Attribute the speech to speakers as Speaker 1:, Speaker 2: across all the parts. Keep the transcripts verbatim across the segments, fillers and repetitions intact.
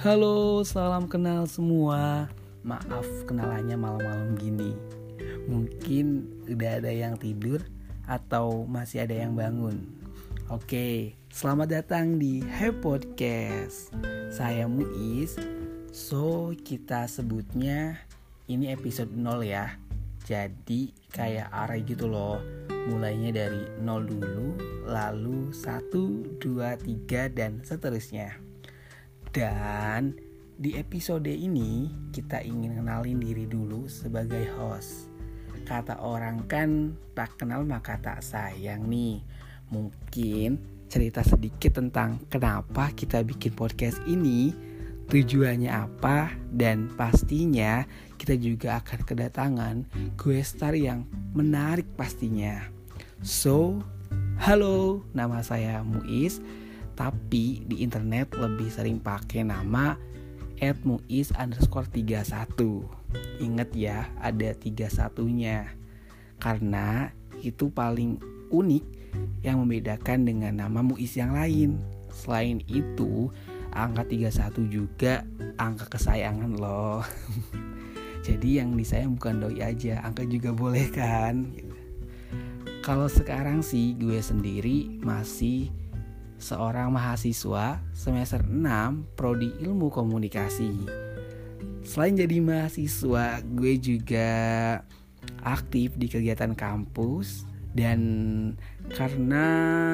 Speaker 1: Halo, salam kenal semua. Maaf kenalannya malam-malam gini. Mungkin udah ada yang tidur atau masih ada yang bangun. Oke, selamat datang di Hey Podcast. Saya Muiz. So, kita sebutnya ini episode nol ya. Jadi kayak array gitu loh. Mulainya dari nol dulu, lalu satu, dua, tiga, dan seterusnya. Dan di episode ini kita ingin kenalin diri dulu sebagai host. Kata orang kan tak kenal maka tak sayang nih. Mungkin cerita sedikit tentang kenapa kita bikin podcast ini, tujuannya apa, dan pastinya kita juga akan kedatangan guest star yang menarik pastinya. So, halo, nama saya Muiz. Tapi di internet lebih sering pakai nama et muiz underscore tiga satu. Ingat ya, ada tiga satunya. Karena itu paling unik yang membedakan dengan nama Muiz yang lain. Selain itu, angka tiga satu juga angka kesayangan loh. Jadi yang disayang bukan doi aja, angka juga boleh kan. Kalau sekarang sih gue sendiri masih seorang mahasiswa semester enam Prodi Ilmu Komunikasi. Selain jadi mahasiswa, gue juga aktif di kegiatan kampus. Dan karena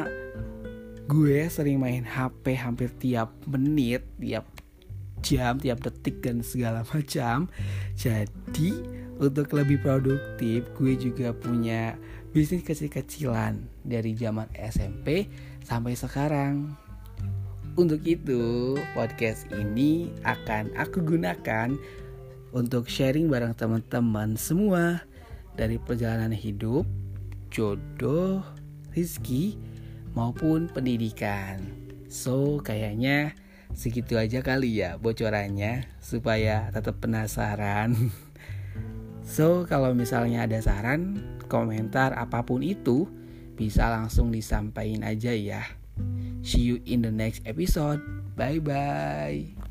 Speaker 1: gue sering main H P hampir tiap menit, tiap jam, tiap detik dan segala macam, jadi untuk lebih produktif gue juga punya bisnis kecil-kecilan dari zaman S M P sampai sekarang. Untuk itu, podcast ini akan aku gunakan untuk sharing bareng teman-teman semua dari perjalanan hidup, jodoh, rezeki, maupun pendidikan. So, kayaknya segitu aja kali ya bocorannya supaya tetap penasaran. So, kalau misalnya ada saran, komentar apapun itu bisa langsung disampaikan aja ya. See you in the next episode. Bye bye.